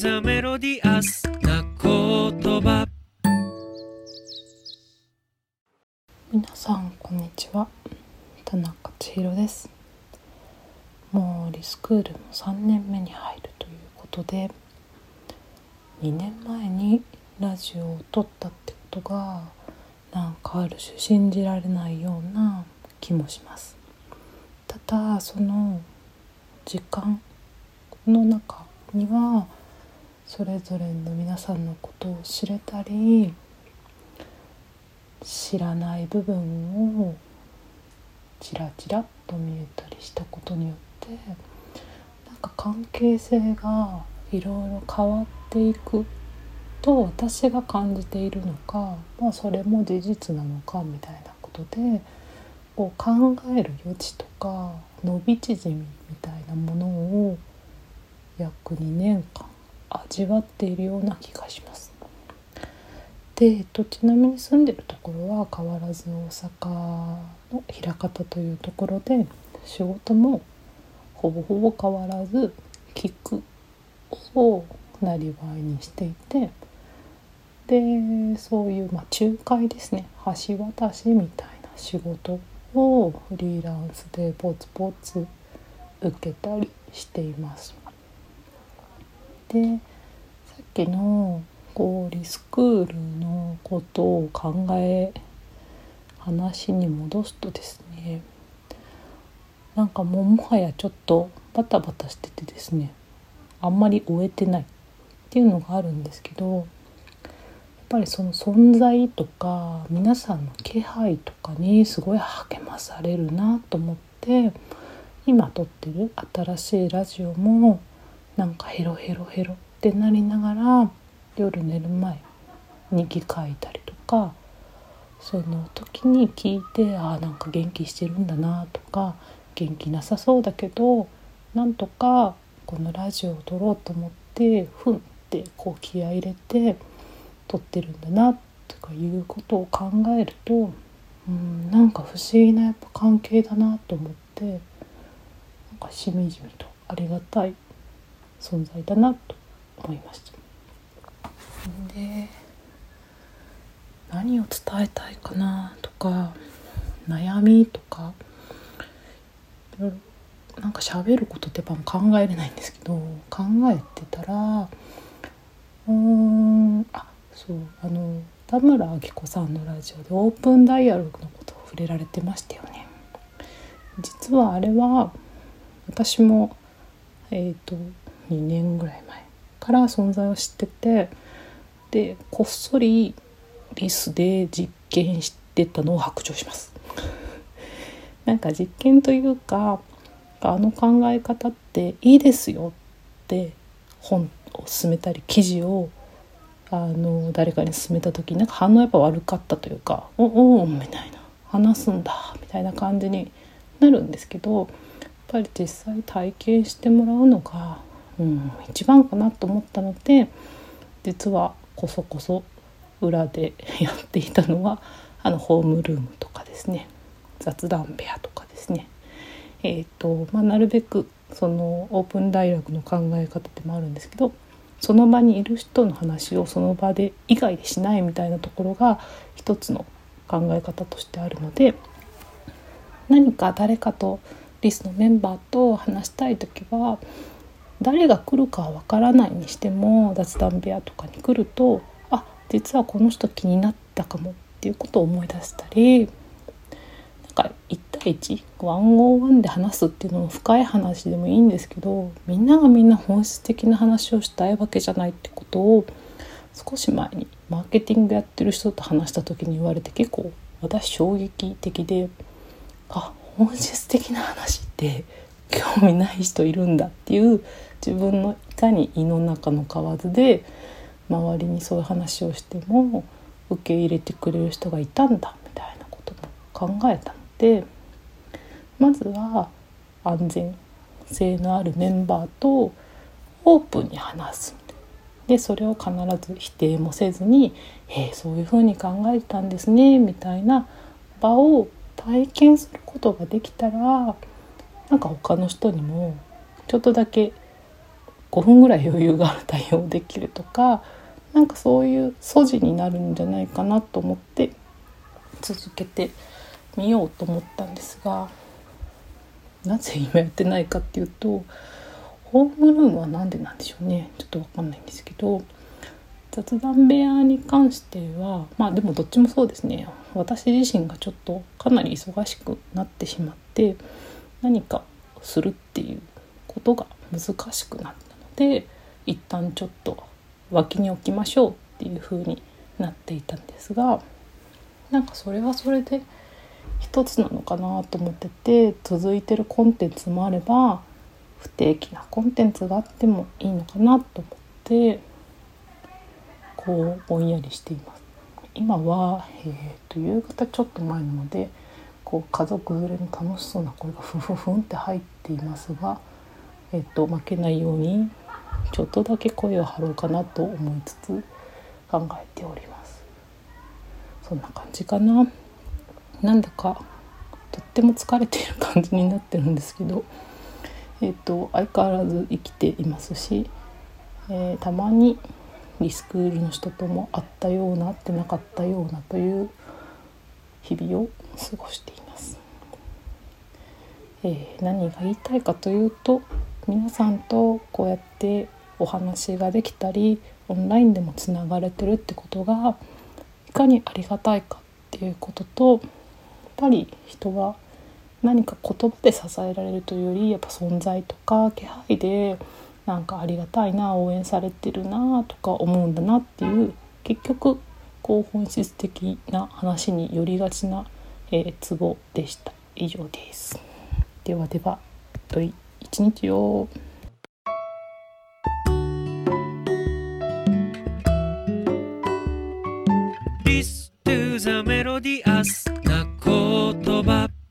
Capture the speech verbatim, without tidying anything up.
ザメロディアスな言葉。 皆さんこんにちは、田中千尋です。もうリスクールもさんねんめに入るということで、にねんまえにラジオを撮ったってことがなんかある種信じられないような気もします。ただその時間の中にはそれぞれの皆さんのことを知れたり、知らない部分をちらちらっと見えたりしたことによってなんか関係性がいろいろ変わっていくと私が感じているのか、まあ、それも事実なのかみたいなことでこう考える余地とか伸び縮みみたいなものを約にねんかん味わっているような気がします。で、えっと、ちなみに住んでるところは変わらず大阪の枚方というところで、仕事もほぼほぼ変わらず聞くをなりわいにしていて、でそういう、まあ、仲介ですね、橋渡しみたいな仕事をフリーランスでポツポツ受けたりしています。でさっきのこうリスクールのことを考え話に戻すとですね、なんかもうもはやちょっとバタバタしててですね、あんまり終えてないっていうのがあるんですけど、やっぱりその存在とか皆さんの気配とかにすごい励まされるなと思って、今撮ってる新しいラジオもなんかヘロヘロヘロってなりながら夜寝る前日記書いたりとか、その時に聞いて、ああなんか元気してるんだなとか、元気なさそうだけどなんとかこのラジオを撮ろうと思ってふんってこう気合い入れて撮ってるんだなとかいうことを考えると、うん、なんか不思議なやっぱ関係だなと思って、なんかしみじみとありがたい存在だなと思いました。で、何を伝えたいかなとか、悩みとかいろいろなんか喋ることってやっぱ考えれないんですけど、考えてたらうーんあそうあの田村明子さんのラジオでオープンダイアログのことを触れられてましたよね。実はあれは私もえっとにねんぐらい前から存在を知ってて、でこっそりリスで実験してたのを白状しますなんか実験というか、あの考え方っていいですよって本を勧めたり記事をあの誰かに勧めた時になんか反応やっぱ悪かったというか、おおみたいな、話すんだみたいな感じになるんですけど、やっぱり実際体験してもらうのが、うん、一番かなと思ったので、実はこそこそ裏でやっていたのはあのホームルームとかですね、雑談部屋とかですね、えーとまあ、なるべくそのオープンダイアログの考え方でもあるんですけど、その場にいる人の話をその場で以外でしないみたいなところが一つの考え方としてあるので、何か誰かとリスのメンバーと話したいときは、誰が来るかはわからないにしても雑談部屋とかに来ると、あ実はこの人気になったかもっていうことを思い出したり、なんかいちたいいち、いちまるいちで話すっていうのも深い話でもいいんですけど、みんながみんな本質的な話をしたいわけじゃないってことを少し前にマーケティングやってる人と話した時に言われて、結構私衝撃的で、あ本質的な話って興味ない人いるんだっていう、自分のいかに胃の中の蛙で周りにそういう話をしても受け入れてくれる人がいたんだみたいなことも考えたので、まずは安全性のあるメンバーとオープンに話す。でそれを必ず否定もせずに、えー、そういうふうに考えたんですねみたいな場を体験することができたら、なんか他の人にもちょっとだけごふんぐらい余裕がある対応できるとか、なんかそういう素地になるんじゃないかなと思って続けてみようと思ったんですが、なぜ今やってないかっていうと、ホームルームはなんでなんでしょうね、ちょっと分かんないんですけど、雑談部屋に関してはまあでもどっちもそうですね、私自身がちょっとかなり忙しくなってしまって何かするっていうことが難しくなったので、一旦ちょっと脇に置きましょうっていう風になっていたんですが、なんかそれはそれで一つなのかなと思ってて、続いてるコンテンツもあれば不定期なコンテンツがあってもいいのかなと思ってこうぼんやりしています。今は、えー、と夕方ちょっと前なのでこう家族連れの楽しそうな声がふふふんって入っていますが、えー、と負けないようにちょっとだけ声を張ろうかなと思いつつ考えております。そんな感じかな。なんだかとっても疲れている感じになってるんですけど、えー、と相変わらず生きていますし、えー、たまにリスクールの人とも会ったような会ってなかったようなという日々を過ごしています。えー、何が言いたいかというと、皆さんとこうやってお話ができたりオンラインでもつながれてるってことがいかにありがたいかっていうことと、やっぱり人は何か言葉で支えられるというよりやっぱ存在とか気配でなんかありがたいな、応援されてるなとか思うんだなっていう、結局こう本質的な話に寄りがちな、えー、ツボでした。以上です。ではでは、良い一日を。 Listen to the melodious な言葉